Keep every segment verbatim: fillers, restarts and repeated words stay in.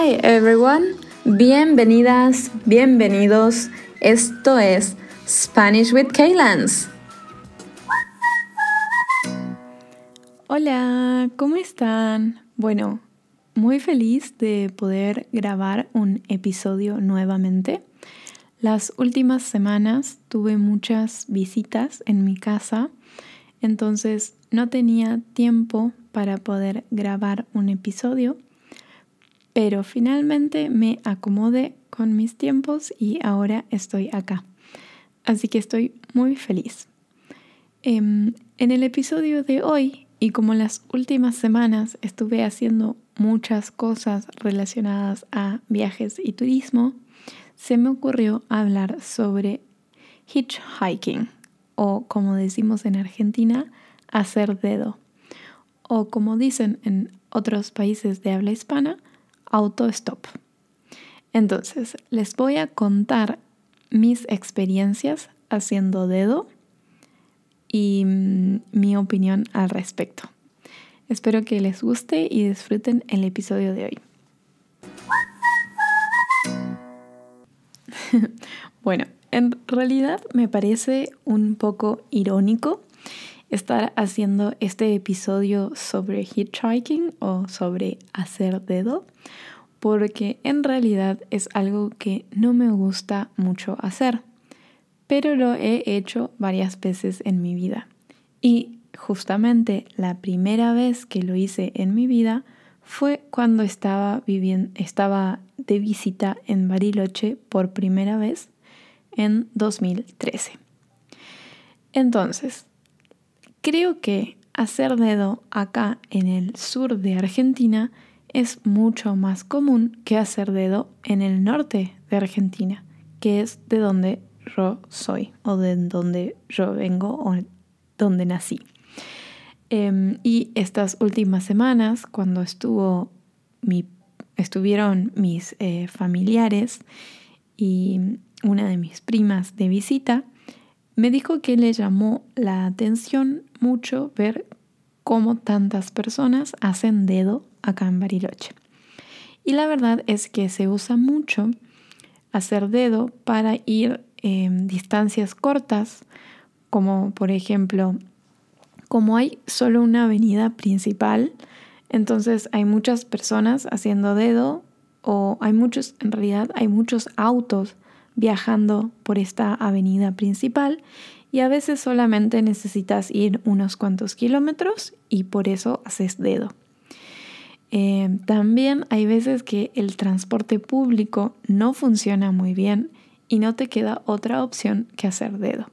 Hi everyone, bienvenidas, bienvenidos. Esto es Spanish with Kaylans. Hola, ¿cómo están? Bueno, muy feliz de poder grabar un episodio nuevamente. Las últimas semanas tuve muchas visitas en mi casa, entonces no tenía tiempo para poder grabar un episodio, pero finalmente me acomodé con mis tiempos y ahora estoy acá. Así que estoy muy feliz. Eh, en el episodio de hoy, y como las últimas semanas estuve haciendo muchas cosas relacionadas a viajes y turismo, se me ocurrió hablar sobre hitchhiking, o como decimos en Argentina, hacer dedo, o como dicen en otros países de habla hispana, autostop. Entonces, les voy a contar mis experiencias haciendo dedo y mm, mi opinión al respecto. Espero que les guste y disfruten el episodio de hoy. Bueno, en realidad me parece un poco irónico estar haciendo este episodio sobre hitchhiking o sobre hacer dedo, porque en realidad es algo que no me gusta mucho hacer, pero lo he hecho varias veces en mi vida. Y justamente la primera vez que lo hice en mi vida fue cuando estaba viviendo, estaba de visita en Bariloche por primera vez en dos mil trece. Entonces, creo que hacer dedo acá en el sur de Argentina es mucho más común que hacer dedo en el norte de Argentina, que es de donde yo soy o de donde yo vengo o donde nací. Eh, y estas últimas semanas, cuando estuvo mi, estuvieron mis eh, familiares y una de mis primas de visita, me dijo que le llamó la atención mucho ver cómo tantas personas hacen dedo acá en Bariloche. Y la verdad es que se usa mucho hacer dedo para ir eh, distancias cortas, como por ejemplo, como hay solo una avenida principal, entonces hay muchas personas haciendo dedo, o hay muchos, en realidad hay muchos autos viajando por esta avenida principal y a veces solamente necesitas ir unos cuantos kilómetros y por eso haces dedo. Eh, también hay veces que el transporte público no funciona muy bien y no te queda otra opción que hacer dedo.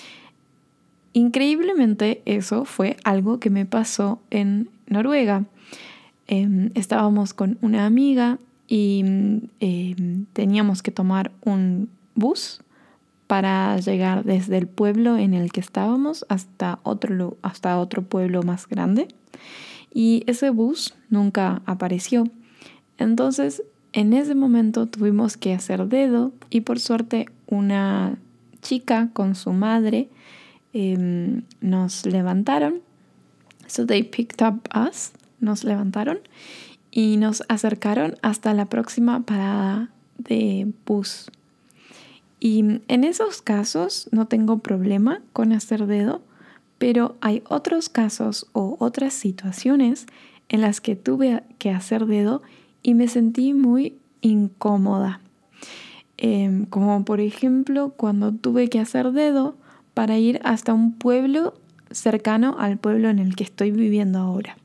Increíblemente eso fue algo que me pasó en Noruega. Eh, estábamos con una amiga y eh, teníamos que tomar un bus para llegar desde el pueblo en el que estábamos hasta otro, hasta otro pueblo más grande. Y ese bus nunca apareció. Entonces, en ese momento tuvimos que hacer dedo y por suerte una chica con su madre eh, nos levantaron. So they picked up us, nos levantaron y nos acercaron hasta la próxima parada de bus. Y en esos casos no tengo problema con hacer dedo, pero hay otros casos o otras situaciones en las que tuve que hacer dedo y me sentí muy incómoda. Eh, como por ejemplo cuando tuve que hacer dedo para ir hasta un pueblo cercano al pueblo en el que estoy viviendo ahora.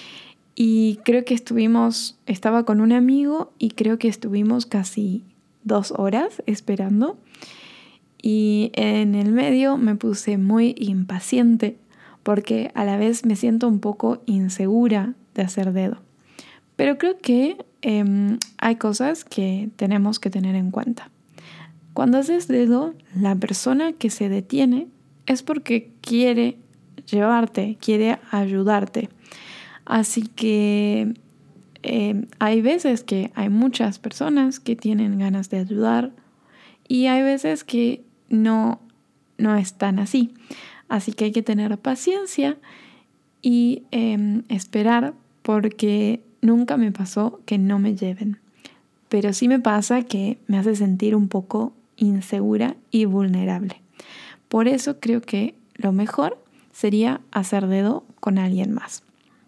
Y creo que estuvimos, estaba con un amigo y creo que estuvimos casi dos horas esperando. Y en el medio me puse muy impaciente porque a la vez me siento un poco insegura de hacer dedo. Pero creo que eh, hay cosas que tenemos que tener en cuenta. Cuando haces dedo, la persona que se detiene es porque quiere llevarte, quiere ayudarte. Así que eh, hay veces que hay muchas personas que tienen ganas de ayudar y hay veces que no, no es tan así. Así que hay que tener paciencia y eh, esperar porque nunca me pasó que no me lleven. pero sí me pasa que me hace sentir un poco insegura y vulnerable. Por eso creo que lo mejor sería hacer dedo con alguien más.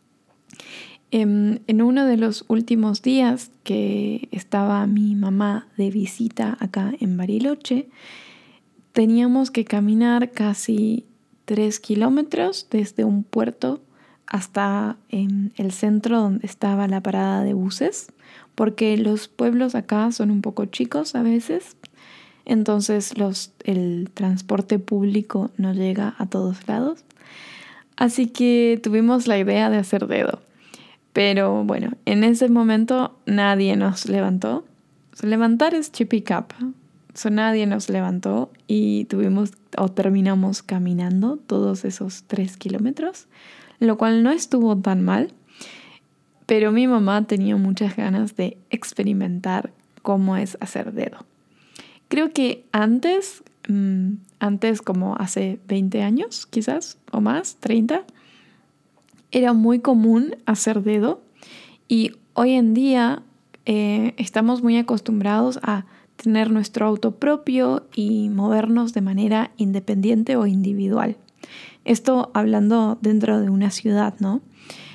En, en uno de los últimos días que estaba mi mamá de visita acá en Bariloche, teníamos que caminar casi tres kilómetros desde un puerto hasta en el centro donde estaba la parada de buses, porque los pueblos acá son un poco chicos a veces, entonces los, el transporte público no llega a todos lados. Así que tuvimos la idea de hacer dedo. Pero bueno, en ese momento nadie nos levantó. Levantar es to pick up. So, nadie nos levantó y tuvimos o terminamos caminando todos esos tres kilómetros, lo cual no estuvo tan mal. Pero mi mamá tenía muchas ganas de experimentar cómo es hacer dedo. Creo que antes, mmm, antes como hace veinte años quizás o más, treinta, era muy común hacer dedo y hoy en día eh, estamos muy acostumbrados a tener nuestro auto propio y movernos de manera independiente o individual. Esto hablando dentro de una ciudad, ¿no?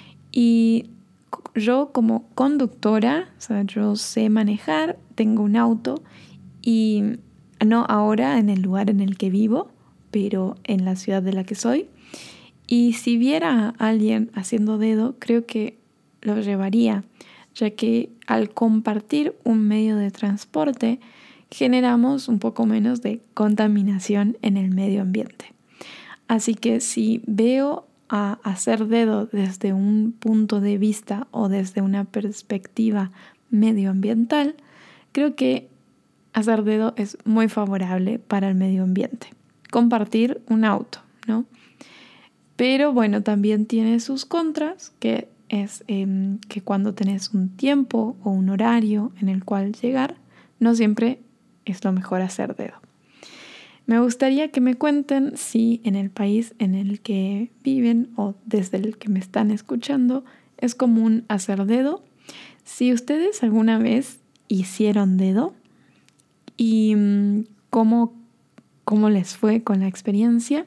Y yo como conductora, o sea, yo sé manejar, tengo un auto y no ahora en el lugar en el que vivo, pero en la ciudad de la que soy. Y si viera a alguien haciendo dedo, creo que lo llevaría, ya que al compartir un medio de transporte generamos un poco menos de contaminación en el medio ambiente. Así que si veo a hacer dedo desde un punto de vista o desde una perspectiva medioambiental, creo que hacer dedo es muy favorable para el medio ambiente. Compartir un auto, ¿no? Pero bueno, también tiene sus contras, que es eh, que cuando tenés un tiempo o un horario en el cual llegar, no siempre es lo mejor hacer dedo. Me gustaría que me cuenten si en el país en el que viven o desde el que me están escuchando es común hacer dedo. Si ustedes alguna vez hicieron dedo y um, cómo, cómo les fue con la experiencia.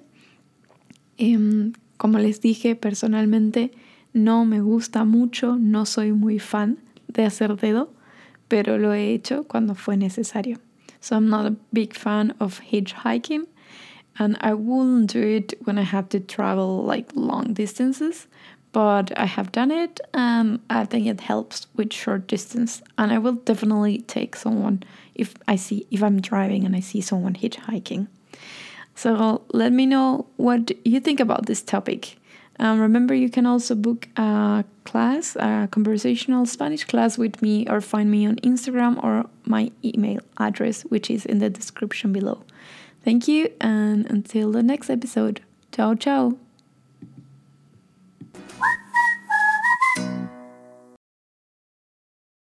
Eh, como les dije, personalmente no me gusta mucho, no soy muy fan de hacer dedo, pero lo he hecho cuando fue necesario. So I'm not a big fan of hitchhiking, and I wouldn't do it when I have to travel like long distances, but I have done it and I think it helps with short distance, and I will definitely take someone if I see if I'm driving and I see someone hitchhiking. So let me know what you think about this topic. Um, remember, you can also book a class, a conversational Spanish class with me, or find me on Instagram or my email address, which is in the description below. Thank you, and until the next episode. Ciao, ciao.